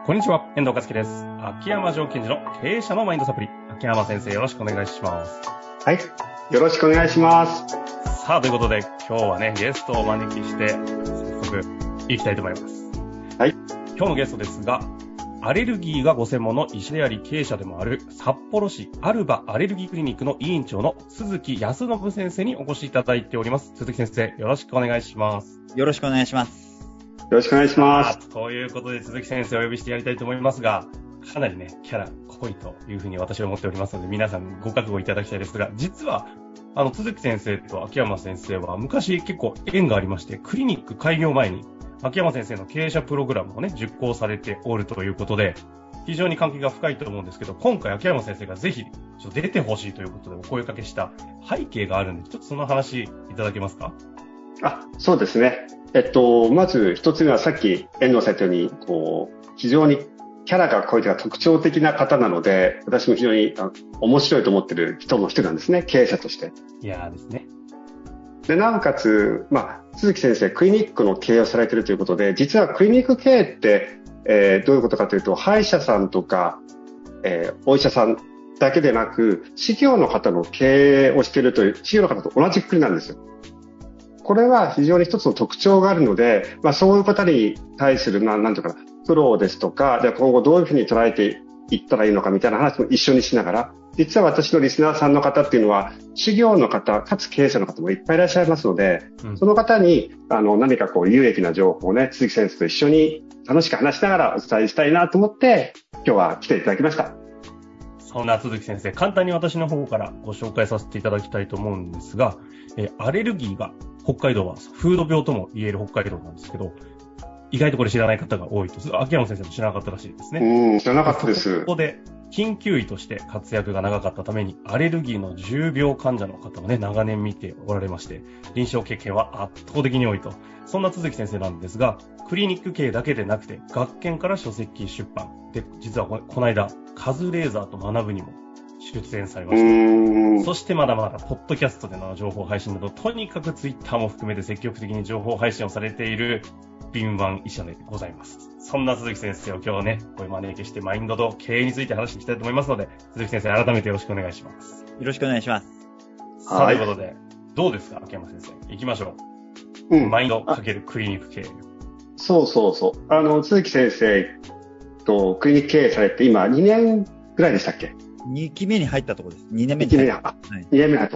こんにちは、遠藤和樹です。秋山城賢治の経営者のマインドサプリ。秋山先生、よろしくお願いします。 はい、よろしくお願いします。 さあ、ということで、今日はね、ゲストをお招きして、早速、行きたいと思います。はい。今日のゲストですが、アレルギーがご専門の医師であり、経営者でもある、札幌市アルバアレルギークリニックの委員長の鈴木康信先生にお越しいただいております。鈴木先生、よろしくお願いします。 よろしくお願いします。 よろしくお願いします。 ということで、鈴木先生をお呼びしてやりたいと思いますが、かなりね、キャラ濃いというふうに私は思っておりますので、皆さんご覚悟いただきたいですが、実は、鈴木先生と秋山先生は昔結構縁がありまして、クリニック開業前に、秋山先生の経営者プログラムをね、受講されておるということで、非常に関係が深いと思うんですけど、今回秋山先生がぜひ、ちょっと出てほしいということでお声掛けした背景があるんで、ちょっとその話いただけますか？ そうですね。まず一つ目はさっき遠藤さん言ったように、非常にキャラが濃いというか特徴的な方なので、私も非常に面白いと思っている人の一人なんですね、経営者として。 いやーですね。 で、なおかつ、鈴木先生、クリニックの経営をされているということで、実はクリニック経営って、どういうことかというと、歯医者さんとか、お医者さんだけでなく、事業の方の経営をしているという、事業の方と同じくくりなんですよ。これは非常に一つの特徴があるので、そういう方に対する、なんていうかな、苦労ですとか、じゃあ今後どういうふうに捉えていったらいいのかみたいな話も一緒にしながら、実は私のリスナーさんの方っていうのは、事業の方、かつ経営者の方もいっぱいいらっしゃいますので、その方に、何か有益な情報をね、鈴木先生と一緒に楽しく話しながらお伝えしたいなと思って、今日は来ていただきました。 そんな鈴木先生、簡単に私の方からご紹介させていただきたいと思うんですが、アレルギーが北海道はフード病とも言える北海道なんですけど、意外とこれ知らない方が多いと。秋山先生も知らなかったらしいですね。 知らなかったです。 ここで緊急医として活躍が長かったために、アレルギーの重病患者の方をね、長年見ておられまして、臨床経験は圧倒的に多いと。そんな鈴木先生なんですが、クリニック経営だけでなくて、学研から書籍出版。で、実はこの間、カズレーザーと学ぶにも出演されました。そしてまだまだ、ポッドキャストでの情報配信など、とにかくツイッターも含めて積極的に情報配信をされている敏腕医者でございます。そんな鈴木先生を今日ね、これ招きしてマインドと経営について話していきたいと思いますので、鈴木先生改めてよろしくお願いします。 よろしくお願いします。 さあ、ということで、どうですか、秋山先生。行きましょう。マインド×クリニック経営。 そう。鈴木先生とクリニック経営されて今2年ぐらいでしたっけ ？2期目に入ったところです。2年目に入った。2年目に入った。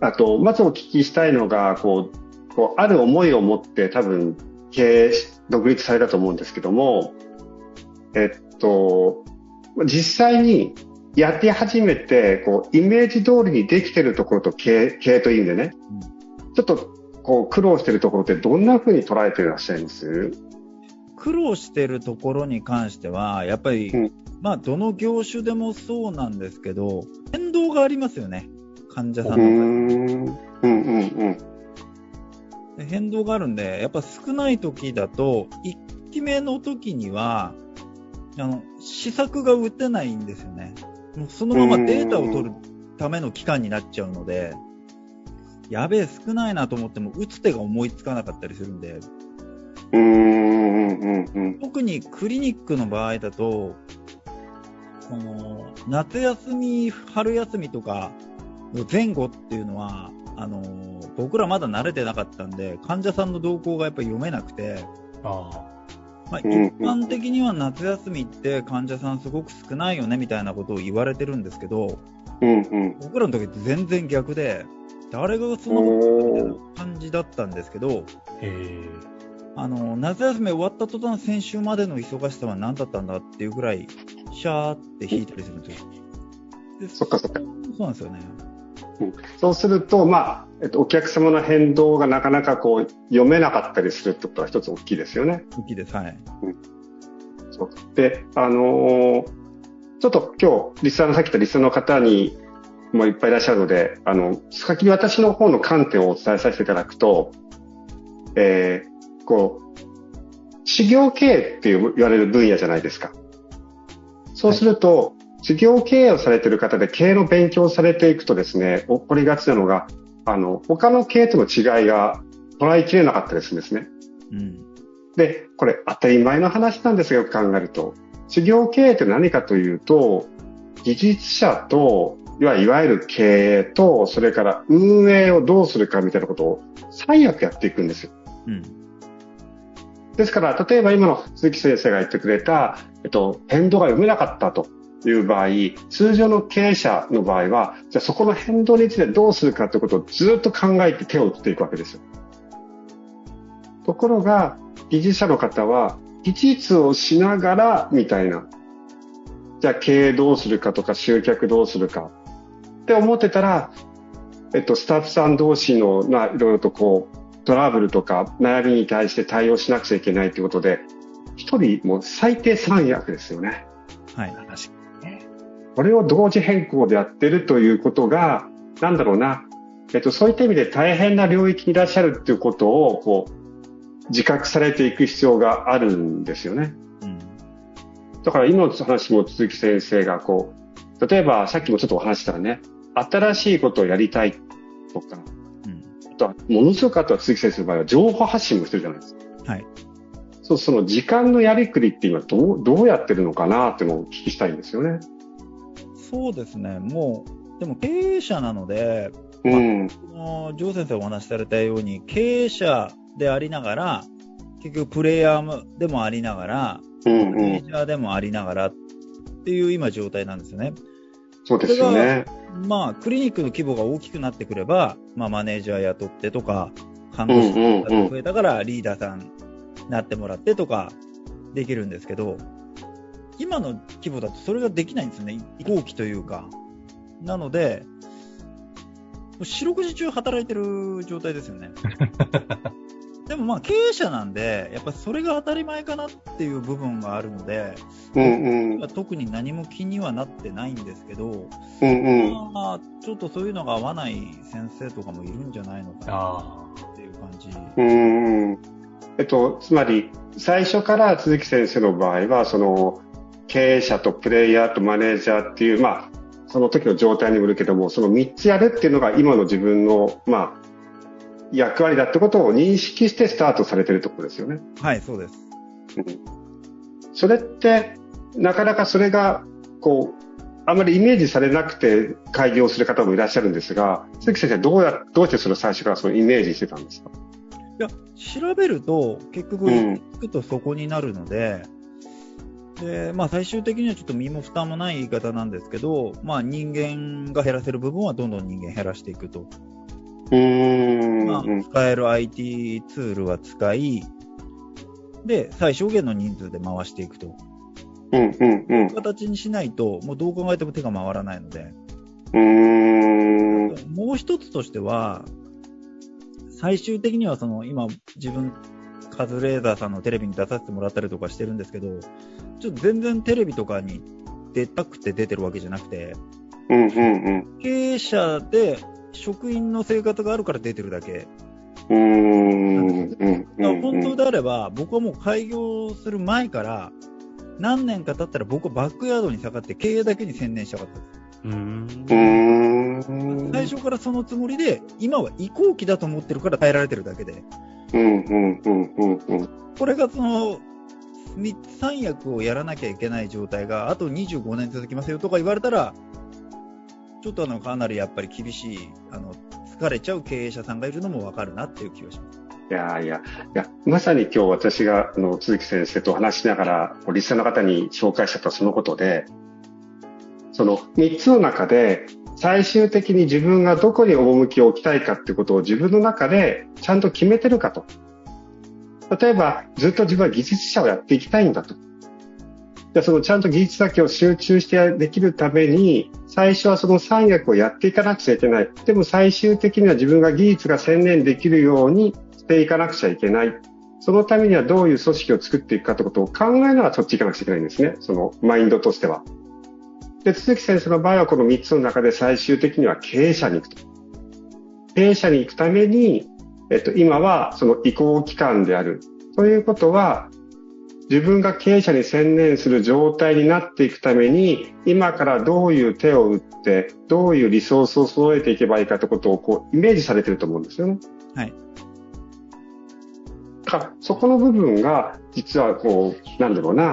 あと、まずお聞きしたいのが、ある思いを持って多分独立されたと思うんですけども、実際にやって始めて、イメージ通りにできてるところと経営という意味でね、ちょっと苦労してるところってどんな風に捉えていらっしゃいます？ 苦労してるところに関しては、やっぱり、どの業種でもそうなんですけど、変動がありますよね。患者さんの変動があるんで、やっぱ少ない時だと、1期目の時には、施策が打てないんですよね。もうそのままデータを取るための期間になっちゃうので、やべえ、少ないなと思っても打つ手が思いつかなかったりするんで、特にクリニックの場合だと、夏休み、春休みとか前後っていうのは、僕らまだ慣れてなかったんで、患者さんの動向がやっぱり読めなくて、一般的には夏休みって患者さんすごく少ないよねみたいなことを言われてるんですけど、僕らの時って全然逆で、誰がそんなことみたいな感じだったんですけど、夏休み終わった途端先週までの忙しさは何だったんだっていうぐらいシャーって引いたりするんですよ。 そっか。そうなんですよね。 そうすると、お客様の変動がなかなか読めなかったりするってことは一つ大きいですよね。 大きいです。はい。 そうで、ちょっと今日さっき言ったリスナーの方にもいっぱいいらっしゃるので、先に私の方の観点をお伝えさせていただくと、事業経営って言われる分野じゃないですか。そうすると、事業経営をされている方で経営の勉強をされていくとですね、起こりがちなのが、他の経営との違いが捉えきれなかったりするんですね。で、これ当たり前の話なんですよ、よく考えると。 事業経営って何かというと、技術者と、いわゆる経営と、それから運営をどうするかみたいなことを3役やっていくんですよ。ですから、例えば今の鈴木先生が言ってくれた、変動が読めなかったという場合、通常の経営者の場合は、じゃあそこの変動についてどうするかということをずっと考えて手を打っていくわけですよ。ところが、技術者の方は、技術をしながらみたいな、じゃあ経営どうするかとか集客どうするかって思ってたら、スタッフさん同士のいろいろとトラブルとか悩みに対して対応しなくちゃいけないということで、一人もう最低3役ですよね。 はい。確かにね。 これを同時並行でやってるということが、そういった意味で大変な領域にいらっしゃるっていうことを、自覚されていく必要があるんですよね。だから今の話も鈴木先生が例えばさっきもちょっとお話したらね、新しいことをやりたいとか、あとはものすごく鈴木先生の場合は情報発信もしてるじゃないですか。はい。その時間のやりくりって今どうやってるのかなっていうのをお聞きしたいんですよね。 そうですね。でも経営者なので、城先生お話しされたように経営者でありながら、結局プレイヤーでもありながら、マネージャーでもありながらっていう今状態なんですよね。 そうですよね。 クリニックの規模が大きくなってくれば、マネージャー雇ってとか、看護師が増えたからリーダーさんになってもらってとかできるんですけど、今の規模だとそれができないんですよね。移行期というか。なので、四六時中働いてる状態ですよね。でも経営者なんで、やっぱりそれが当たり前かなっていう部分があるので、特に何も気にはなってないんですけど、ちょっとそういうのが合わない先生とかもいるんじゃないのかなっていう感じ。つまり、最初から鈴木先生の場合は、経営者とプレイヤーとマネージャーっていう、その時の状態にもよるけども、その3つやるっていうのが今の自分の、役割だってことを認識してスタートされてるところですよね。 はい、そうです。 それって、なかなかそれが、あまりイメージされなくて開業する方もいらっしゃるんですが、鈴木先生どうしてそれを最初からそのイメージしてたんですか？ いや、調べると結局聞くとそこになるので、最終的にはちょっと身も蓋もない言い方なんですけど、人間が減らせる部分はどんどん人間減らしていくと。使える IT ツールは使い、で、最小限の人数で回していくと。形にしないと、もうどう考えても手が回らないので。もう一つとしては、最終的には今自分、カズレーザーさんのテレビに出させてもらったりとかしてるんですけど、ちょっと全然テレビとかに出たくて出てるわけじゃなくて、経営者で職員の生活があるから出てるだけ。本当であれば、僕はもう開業する前から、何年か経ったら僕はバックヤードに下がって経営だけに専念したかったです。最初からそのつもりで、今は移行期だと思ってるから耐えられてるだけで。これが3役をやらなきゃいけない状態があと25年続きますよとか言われたら、ちょっとかなりやっぱり厳しい、疲れちゃう経営者さんがいるのもわかるなっていう気がします。 いや、まさに今日私が鈴木先生と話しながら、リスナーの方に紹介したそのことで、その3つの中で、最終的に自分がどこに趣を置きたいかっていうことを自分の中でちゃんと決めてるかと。例えば、ずっと自分は技術者をやっていきたいんだと。で、そのちゃんと技術だけを集中してできるために、最初はその3役をやっていかなくちゃいけない。でも最終的には自分が技術が専念できるようにしていかなくちゃいけない。そのためにはどういう組織を作っていくかということを考えながらそっち行かなくちゃいけないんですね。そのマインドとしては。で、鈴木先生の場合はこの3つの中で最終的には経営者に行くと。経営者に行くために、今はその移行期間である。ということは、自分が経営者に専念する状態になっていくために、今からどういう手を打って、どういうリソースを揃えていけばいいかということをイメージされていると思うんですよね。 はい。 そこの部分が、実は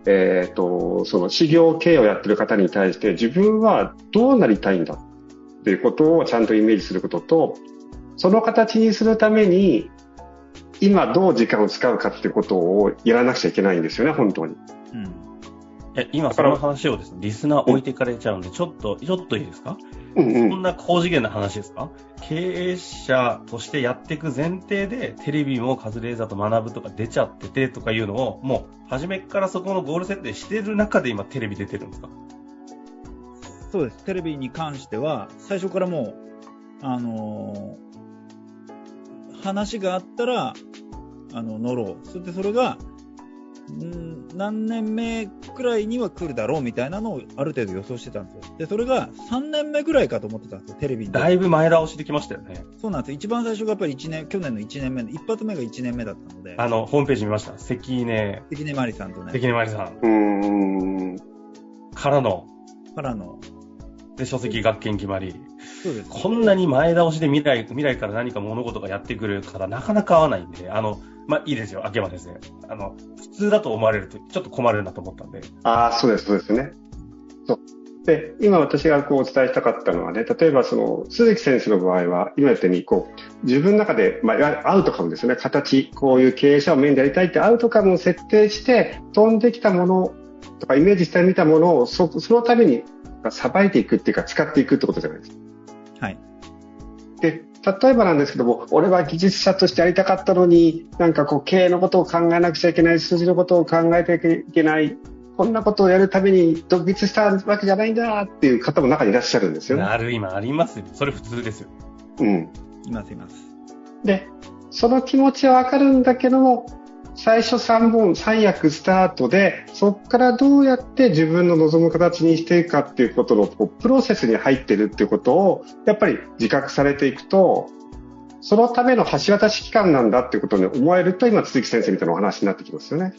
その事業経営をやってる方に対して自分はどうなりたいんだっていうことをちゃんとイメージすることと、その形にするために今どう時間を使うかっていうことをやらなくちゃいけないんですよね、本当に。 今その話をですね、リスナー置いてかれちゃうんで、ちょっといいですか？そんな高次元な話ですか？経営者としてやっていく前提で、テレビもカズレーザーと学ぶとか出ちゃっててとかいうのを、もう初めからそこのゴール設定してる中で今テレビ出てるんですか？ そうです。テレビに関しては、最初からもう、話があったら、乗ろう。それが、何年目くらいには来るだろうみたいなのをある程度予想してたんですよ。で、それが3年目くらいかと思ってたんですよ、テレビに。 だいぶ前倒しできましたよね。 そうなんですよ。一番最初がやっぱり去年の1年目、一発目が1年目だったので。 ホームページ見ました。関根麻里さんとね。 関根麻里さん。からの。で、書籍学研決まり。 そうです。 こんなに前倒しで未来から何か物事がやってくるからなかなか合わないんで、いいですよ、秋山先生。普通だと思われるとちょっと困るなと思ったんで。 そうですね。そう。で、今私がお伝えしたかったのはね、例えば鈴木先生の場合は、今言ったように、自分の中で、アウトカムですね、形、こういう経営者をメインでやりたいってアウトカムを設定して、飛んできたものとかイメージしてみたものを、そのためにさばいていくっていうか、使っていくってことじゃないですか。 はい。 で、例えばなんですけども、俺は技術者としてやりたかったのに、経営のことを考えなくちゃいけない、数字のことを考えていけない、こんなことをやるために独立したわけじゃないんだっていう方も中にいらっしゃるんですよね。 今ありますよ。それ普通ですよ。 います。 で、その気持ちはわかるんだけども、最初3役スタートで、そこからどうやって自分の望む形にしていくかっていうことのプロセスに入ってるっていうことをやっぱり自覚されていくと、そのための橋渡し期間なんだっていうことに思えると、今鈴木先生みたいなお話になってきますよね。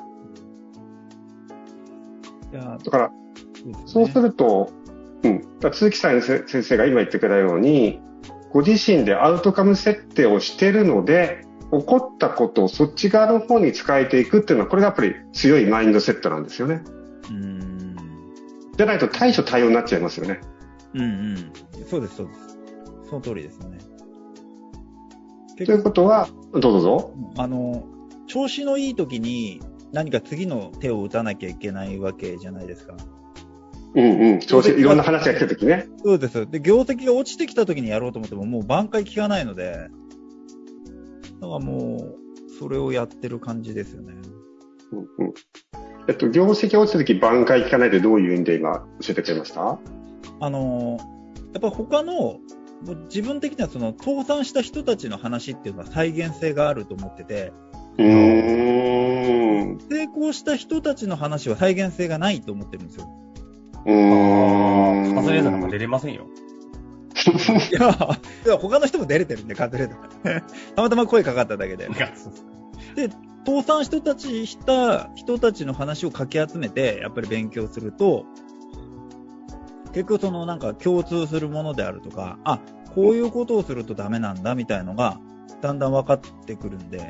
だからそうすると、鈴木先生が今言ってくれたように、ご自身でアウトカム設定をしているので、起こったことをそっち側の方に使えていくっていうのは、これがやっぱり強いマインドセットなんですよね。じゃないと対処対応になっちゃいますよね。 そうです。その通りですね。 ということは、どうぞ。 調子のいい時に何か次の手を打たなきゃいけないわけじゃないですか。 調子、いろんな話が来た時ね。 そうです。で、業績が落ちてきた時にやろうと思っても、もう挽回効かないので、だからもう、それをやってる感じですよね。 業績が落ちた時挽回効かないってどういう意味で今教えてくれました？ やっぱ他の、自分的には倒産した人たちの話っていうのは再現性があると思ってて、成功した人たちの話は再現性がないと思ってるんですよ。 カズレーザーなんか出れませんよ。 いや他の人も出れてるんで、カズレーザー。たまたま声かかっただけで。で、倒産した人たちの話をかき集めて、やっぱり勉強すると、結局共通するものであるとか、こういうことをするとダメなんだみたいのが、だんだん分かってくるんで。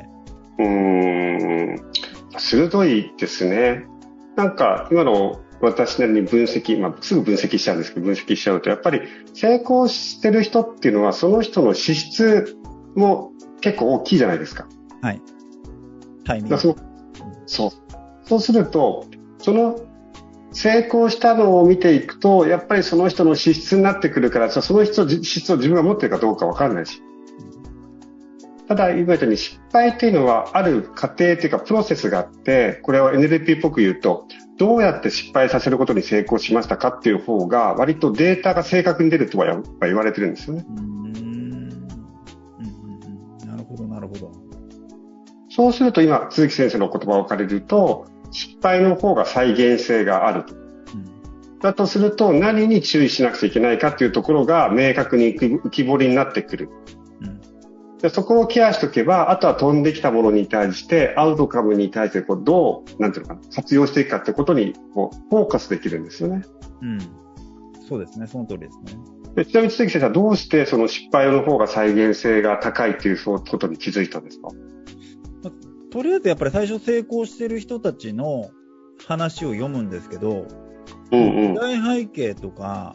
鋭いですね。今の私なりに分析、すぐ分析しちゃうんですけど、分析しちゃうと、やっぱり成功してる人っていうのは、その人の資質も結構大きいじゃないですか。 はい。タイミング。 そうすると、その成功したのを見ていくと、やっぱりその人の資質になってくるから、その人の資質を自分が持っているかどうかわからないし。ただ、今言ったように失敗というのはある過程というかプロセスがあって、これを NLP っぽく言うと、どうやって失敗させることに成功しましたかっていう方が、割とデータが正確に出るとは言われてるんですよね。 なるほど。 そうすると今、鈴木先生の言葉を借りると、失敗の方が再現性があると。だとすると、何に注意しなくちゃいけないかっていうところが明確に浮き彫りになってくる。でそこをケアしておけば、あとは飛んできたものに対して、アウトカムに対してどう、活用していくかってことにフォーカスできるんですよね。 そうですね、その通りですね。 でちなみに鈴木先生はどうしてその失敗の方が再現性が高いっていうことに気づいたんですか？ とりあえずやっぱり最初成功してる人たちの、 話を読むんですけど、 時代背景とか、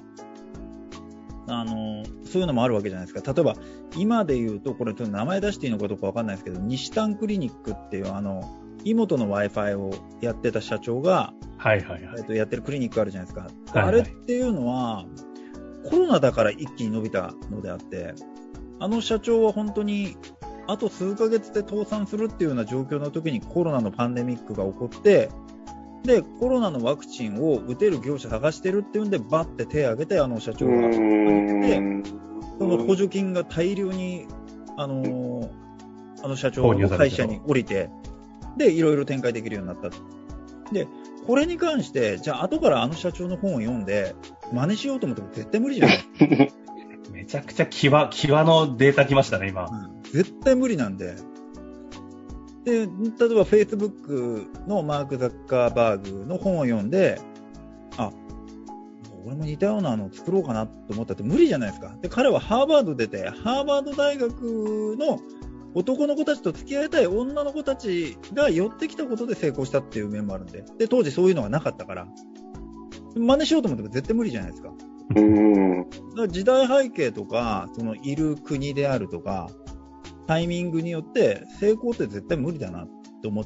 そういうのもあるわけじゃないですか。例えば、今で言うと、これちょっと名前出していいのかどうかわかんないですけど、西丹クリニックっていう妹の Wi-Fi をやってた社長が、やってるクリニックあるじゃないですか。あれっていうのは、コロナだから一気に伸びたのであって、社長は本当に、あと数ヶ月で倒産するっていうような状況の時にコロナのパンデミックが起こって、で、コロナのワクチンを打てる業者探してるっていうんで、バッて手を挙げて、社長が挙げて、その補助金が大量に、社長の会社に降りて、で、いろいろ展開できるようになった。で、これに関して、じゃあ後から社長の本を読んで、真似しようと思っても絶対無理じゃないめちゃくちゃ際のデータ来ましたね、今。 絶対無理なんで。で、例えば Facebook のマーク・ザッカーバーグの本を読んで、俺も似たようなのを作ろうかなと思ったって無理じゃないですか。で、彼はハーバード出て、ハーバード大学の男の子たちと付き合いたい女の子たちが寄ってきたことで成功したっていう面もあるんで、で、当時そういうのがなかったから、真似しようと思っても絶対無理じゃないですか。だから時代背景とか、そのいる国であるとか、タイミングによって成功って絶対無理だなと思って、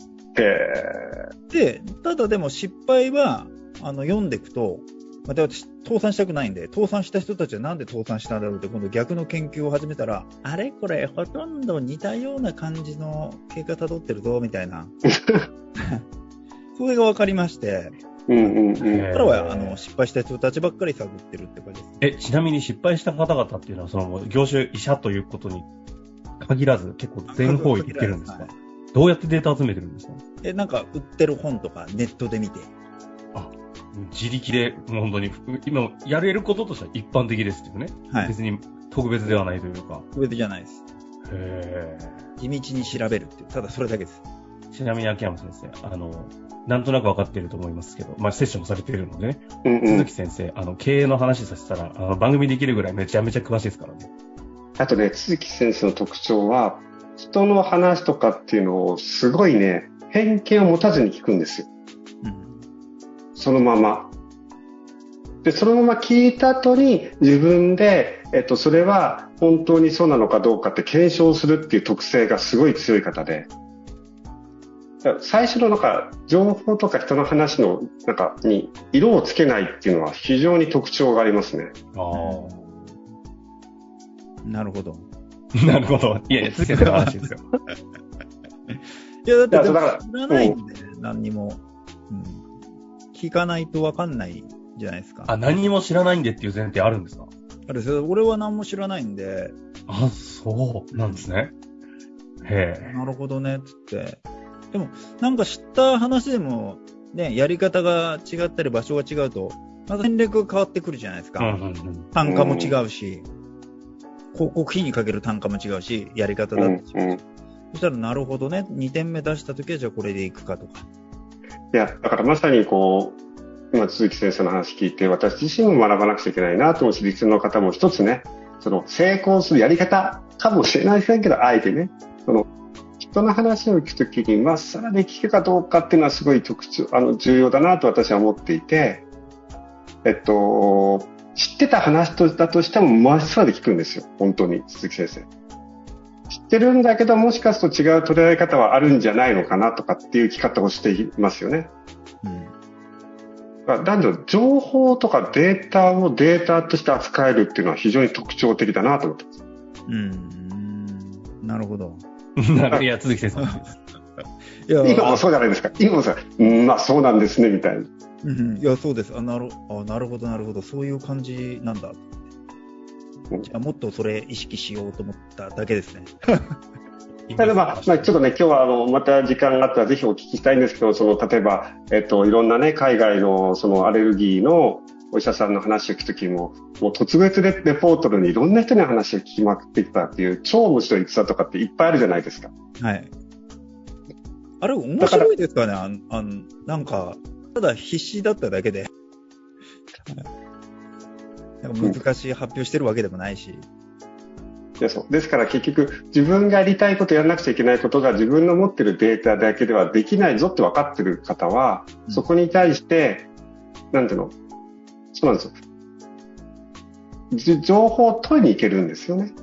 で、ただでも失敗は読んでいくと、また私倒産したくないんで、倒産した人たちはなんで倒産したんだろうって今度逆の研究を始めたら、あれこれほとんど似たような感じの経過たどってるぞみたいなそれが分かりまして、からは失敗した人たちばっかり探ってるって感じです。 ちなみに失敗した方々っていうのはその業種医者ということに限らず結構全方位でいけるんですか？はい、どうやってデータ集めてるんですか？ なんか売ってる本とかネットで見て。 自力でもう本当に今やれることとしては一般的ですけどね。はい。別に特別ではないというか。 特別じゃないです。地道に調べるっていう、ただそれだけです。 ちなみに秋山先生、なんとなく分かっていると思いますけど、セッションもされているのでね、鈴木先生、経営の話させたら、番組できるぐらいめちゃめちゃ詳しいですからね。 あとね、鈴木先生の特徴は、人の話とかっていうのをすごいね、偏見を持たずに聞くんですよ。そのまま。で、そのまま聞いた後に自分で、それは本当にそうなのかどうかって検証するっていう特性がすごい強い方で、最初の情報とか人の話のに色をつけないっていうのは非常に特徴がありますね。 なるほど。 なるほど。いや、続けての話ですよ。 いや、だって知らないんで、何にも。聞かないと分かんないじゃないですか。 何にも知らないんでっていう前提あるんですか？ あれですよ。俺は何も知らないんで。 そうなんですね。 なるほどね、つって。でも、なんか知った話でも、ね、やり方が違ったり場所が違うと、また戦略が変わってくるじゃないですか。単価も違うし、広告費にかける単価も違うし、やり方だって違うし。そしたら、なるほどね、2点目出したときは、じゃあこれでいくかとか。 いや、だからまさに今、鈴木先生の話聞いて、私自身も学ばなくちゃいけないなと思うし、リスナーの方も一つね、成功するやり方かもしれないですけど、あえてね、人の話を聞くときに、まっさらで聞くかどうかっていうのはすごい重要だなと私は思っていて、知ってた話だとしても、まっさらで聞くんですよ、本当に、鈴木先生。知ってるんだけど、もしかすると違う捉え方はあるんじゃないのかなとかっていう聞き方をしていますよね。だけど、情報とかデータをデータとして扱えるっていうのは非常に特徴的だなと思ってます。 なるほど。 いや、鈴木先生。 今もそうじゃないですか。今もさ、まあそうなんですね、みたいな。 いや、そうです。なるほど、なるほど。そういう感じなんだ。じゃあもっとそれ意識しようと思っただけですね。 ただちょっとね、今日はまた時間があったらぜひお聞きしたいんですけど、例えば、いろんなね、海外のアレルギーのお医者さんの話を聞くときもう特別レポートにいろんな人に話を聞きまくってきたっていう超面白い逸話とかっていっぱいあるじゃないですか。 はい。あれ面白いですかね。なんかただ必死だっただけでなんか難しい発表してるわけでもないし。 ですから結局自分がやりたいことやらなくちゃいけないことが自分の持ってるデータだけではできないぞって分かってる方は、そこに対して、なんていうの、そうなんですよ。情報を取りに行けるんですよね。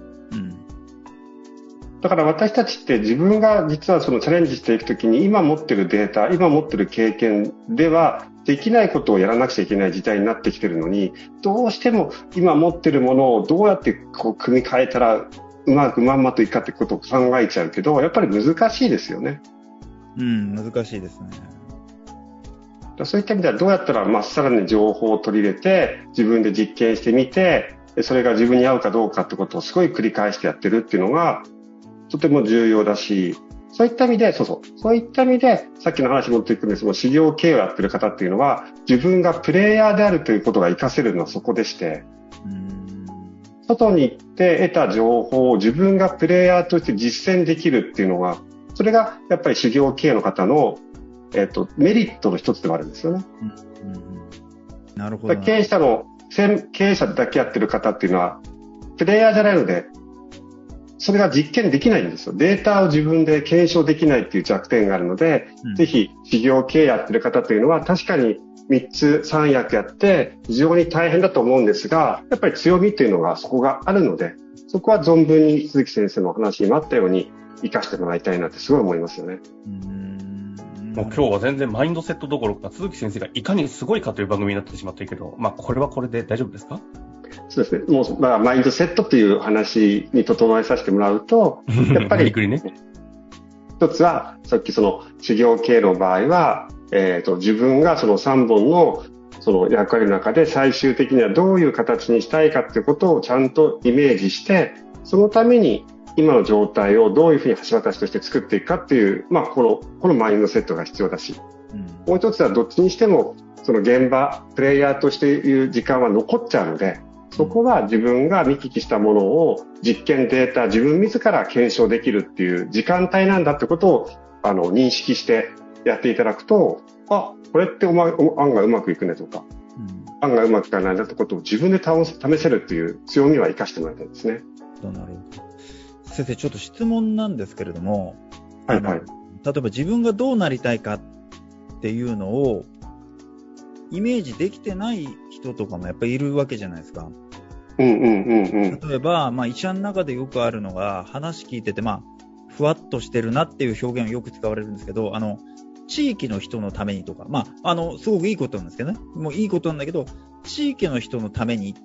だから私たちって自分が実はそのチャレンジしていくときに今持ってるデータ、今持ってる経験ではできないことをやらなくちゃいけない時代になってきてるのに、どうしても今持ってるものをどうやってこう組み替えたらうまくまんまといくかってことを考えちゃうけど、やっぱり難しいですよね。 難しいですね。 そういった意味ではどうやったらさらに情報を取り入れて自分で実験してみて、それが自分に合うかどうかってことをすごい繰り返してやってるっていうのがとても重要だし、そういった意味で、そういった意味で、さっきの話持っていくんですけど、修行経営をやってる方っていうのは、自分がプレイヤーであるということが活かせるのはそこでして、外に行って得た情報を自分がプレイヤーとして実践できるっていうのが、それがやっぱり修行経営の方の、メリットの一つでもあるんですよね。 なるほど。 経営者だけやってる方っていうのは、プレイヤーじゃないので、それが実験できないんですよ。データを自分で検証できないっていう弱点があるので、ぜひ事業経営やってる方というのは確かに3つ3役やって非常に大変だと思うんですが、やっぱり強みというのがそこがあるので、そこは存分に鈴木先生のお話にもあったように活かしてもらいたいなってすごい思いますよね。 もう今日は全然マインドセットどころか鈴木先生がいかにすごいかという番組になってしまっているけど、これはこれで大丈夫ですか？ そうですね。もう、マインドセットという話に整えさせてもらうと、やっぱり、一つは、さっきその修行経営の場合は、自分がその3本のその役割の中で最終的にはどういう形にしたいかっていうことをちゃんとイメージして、そのために今の状態をどういうふうに橋渡しとして作っていくかっていう、このマインドセットが必要だし、もう一つはどっちにしても、その現場、プレイヤーとしていう時間は残っちゃうので、そこは自分が見聞きしたものを実験データ、自分自ら検証できるっていう時間帯なんだってことを認識してやっていただくと、これって案外うまくいくねとか、案外うまくいかないなってことを自分で試せるっていう強みは生かしてもらいたいですね。 なるほど。先生、ちょっと質問なんですけれども、例えば自分がどうなりたいかっていうのをイメージできてない人とかもやっぱりいるわけじゃないですか。例えば、医者の中でよくあるのが、話聞いてて、ふわっとしてるなっていう表現をよく使われるんですけど、地域の人のためにとか、すごくいいことなんですけどね。もういいことなんだけど、地域の人のために、医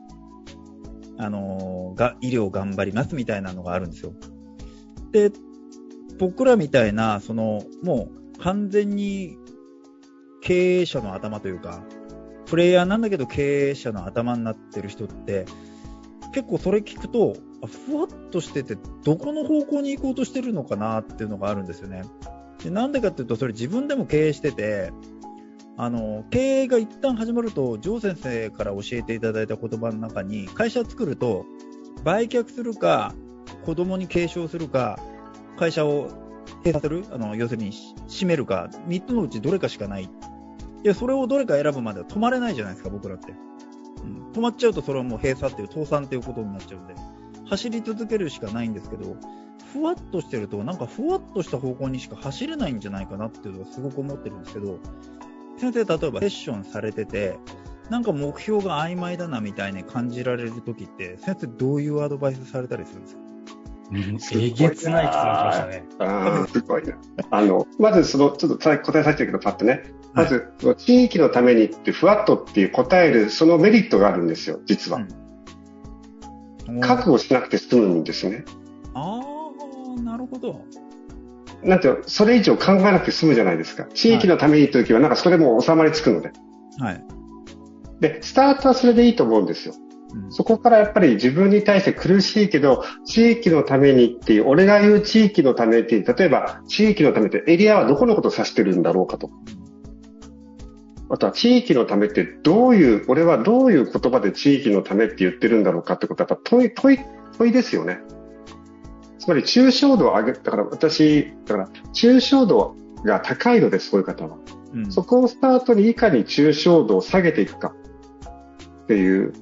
療頑張りますみたいなのがあるんですよ。で、僕らみたいな、もう完全に経営者の頭というか、プレイヤーなんだけど経営者の頭になってる人って結構それ聞くとふわっとしててどこの方向に行こうとしてるのかなっていうのがあるんですよね。でなんでかっていうとそれ自分でも経営してて経営が一旦始まると城先生から教えていただいた言葉の中に会社作ると売却するか子供に継承するか会社を閉鎖する要するに閉めるか3つのうちどれかしかない。いやそれをどれか選ぶまでは止まれないじゃないですか僕らって、止まっちゃうとそれはもう閉鎖っていう倒産っていうことになっちゃうんで走り続けるしかないんですけどふわっとしてるとなんかふわっとした方向にしか走れないんじゃないかなっていうのはすごく思ってるんですけど先生例えばセッションされててなんか目標が曖昧だなみたいに感じられるときって先生どういうアドバイスされたりするんですか？ えげつない質問きましたね。 すごいな。まずちょっと答えさせてるけどパッとね。まず、地域のためにってふわっとっていう答えるそのメリットがあるんですよ、実は。覚悟しなくて済むんですね。 なるほど。 なんていうの、それ以上考えなくて済むじゃないですか。地域のためにという時はなんかそれも収まりつくので。 はい。 で、スタートはそれでいいと思うんですよ。そこからやっぱり自分に対して苦しいけど、地域のためにっていう、俺が言う地域のためっていう、例えば地域のためってエリアはどこのことを指してるんだろうかと。あとは地域のためって俺はどういう言葉で地域のためって言ってるんだろうかってことはやっぱ問いですよね。つまり抽象度を上げ、だから抽象度が高いのです、そういう方は。そこをスタートにいかに抽象度を下げていくかっていう。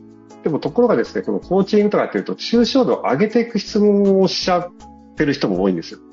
でもところがですね、このコーチングとかっていうと、抽象度を上げていく質問をしちゃってる人も多いんですよ。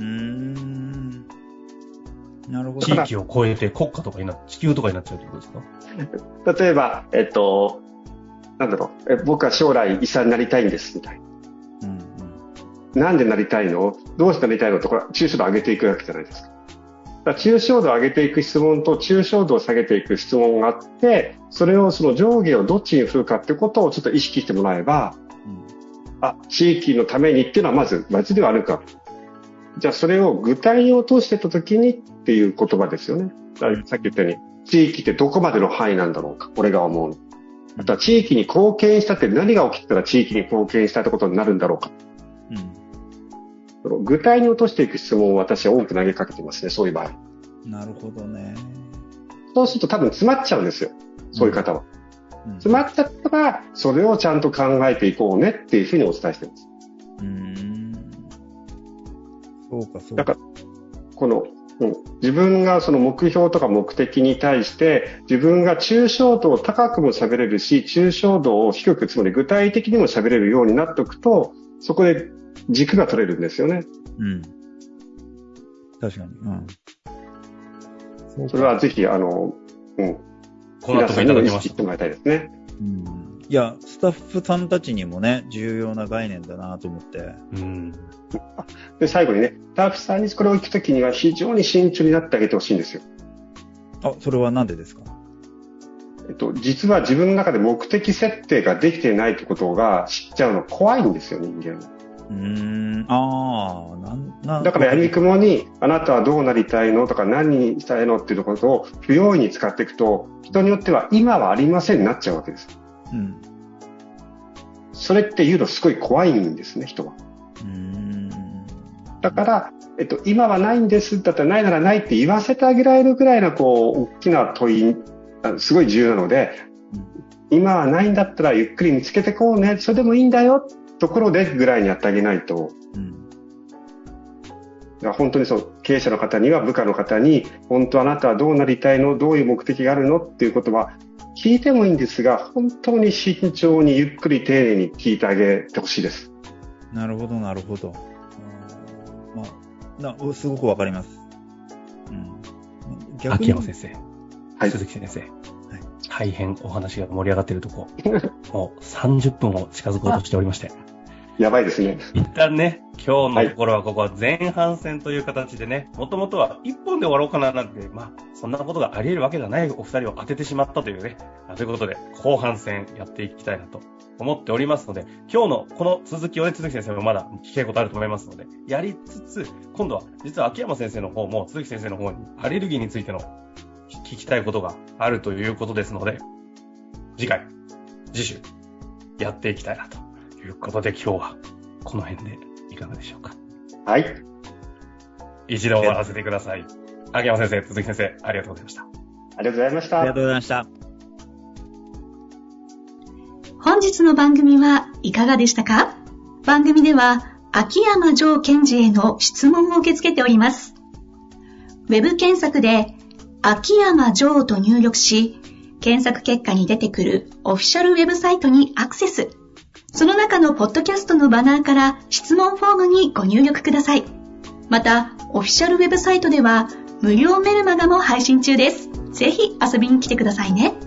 なるほど。 地域を超えて国家とか地球とかになっちゃうってことですか？例えば、なんだろう、僕は将来医者になりたいんです、みたいな。なんでなりたいの？どうしてなりたいの？とこれ、抽象度を上げていくわけじゃないですか。だから抽象度を上げていく質問と抽象度を下げていく質問があって、それをその上下をどっちに振るかってことをちょっと意識してもらえば、地域のためにっていうのはまず別ではあるか。じゃあそれを具体に落としてた時にっていう言葉ですよね。さっき言ったように、地域ってどこまでの範囲なんだろうか、俺が思うの。あとは地域に貢献したって何が起きたら地域に貢献したってことになるんだろうか。具体に落としていく質問を私は多く投げかけてますね、そういう場合。 なるほどね。 そうすると多分詰まっちゃうんですよ、そういう方は。詰まっちゃったら、それをちゃんと考えていこうねっていうふうにお伝えしています。 そうか。 だから、この、自分がその目標とか目的に対して、自分が抽象度を高くも喋れるし、抽象度を低く、つまり具体的にも喋れるようになっておくと、そこで軸が取れるんですよね。 確かに。 それはぜひ、皆さんにも意識してもらいたいですね。 いや、スタッフさんたちにもね、重要な概念だなと思って。 で、最後にね、スタッフさんにこれを聞くときには非常に慎重になってあげてほしいんですよ。 それはなんでですか？ 実は自分の中で目的設定ができていないってことが知っちゃうの怖いんですよ、人間は。だから闇雲に、あなたはどうなりたいのとか何にしたいのっていうことを不用意に使っていくと、人によっては今はありませんになっちゃうわけです。それって言うのすごい怖いんですね、人は。だから、今はないんですだったらないならないって言わせてあげられるぐらいの大きな問い、すごい重要なので、今はないんだったらゆっくり見つけてこうね、それでもいいんだよ、ところでぐらいにやってあげないと、本当に経営者の方には部下の方に、本当あなたはどうなりたいの？どういう目的があるの？っていうことは聞いてもいいんですが、本当に慎重にゆっくり丁寧に聞いてあげてほしいです。 なるほど、なるほど。すごくわかります。 秋山先生、鈴木先生、大変お話が盛り上がっているとこもう30分を近づこうとしておりまして。 やばいですね。 一旦ね、今日のところはここは前半戦という形でね、もともとは1本で終わろうかななんて、そんなことがあり得るわけではないお二人を当ててしまったというね、ということで後半戦やっていきたいなと思っておりますので、今日のこの続きをね、鈴木先生もまだ聞きたいことあると思いますので、やりつつ、今度は実は秋山先生の方も鈴木先生の方にアレルギーについての聞きたいことがあるということですので、次週やっていきたいなということで、今日はこの辺でいかがでしょうか。 はい。 一度終わらせてください。秋山先生、鈴木先生、ありがとうございました。 ありがとうございました。 ありがとうございました。 本日の番組はいかがでしたか？番組では秋山城賢治への質問を受け付けております。ウェブ検索で秋山城と入力し、検索結果に出てくるオフィシャルウェブサイトにアクセス。その中のポッドキャストのバナーから質問フォームにご入力ください。また、オフィシャルウェブサイトでは無料メルマガも配信中です。ぜひ遊びに来てくださいね。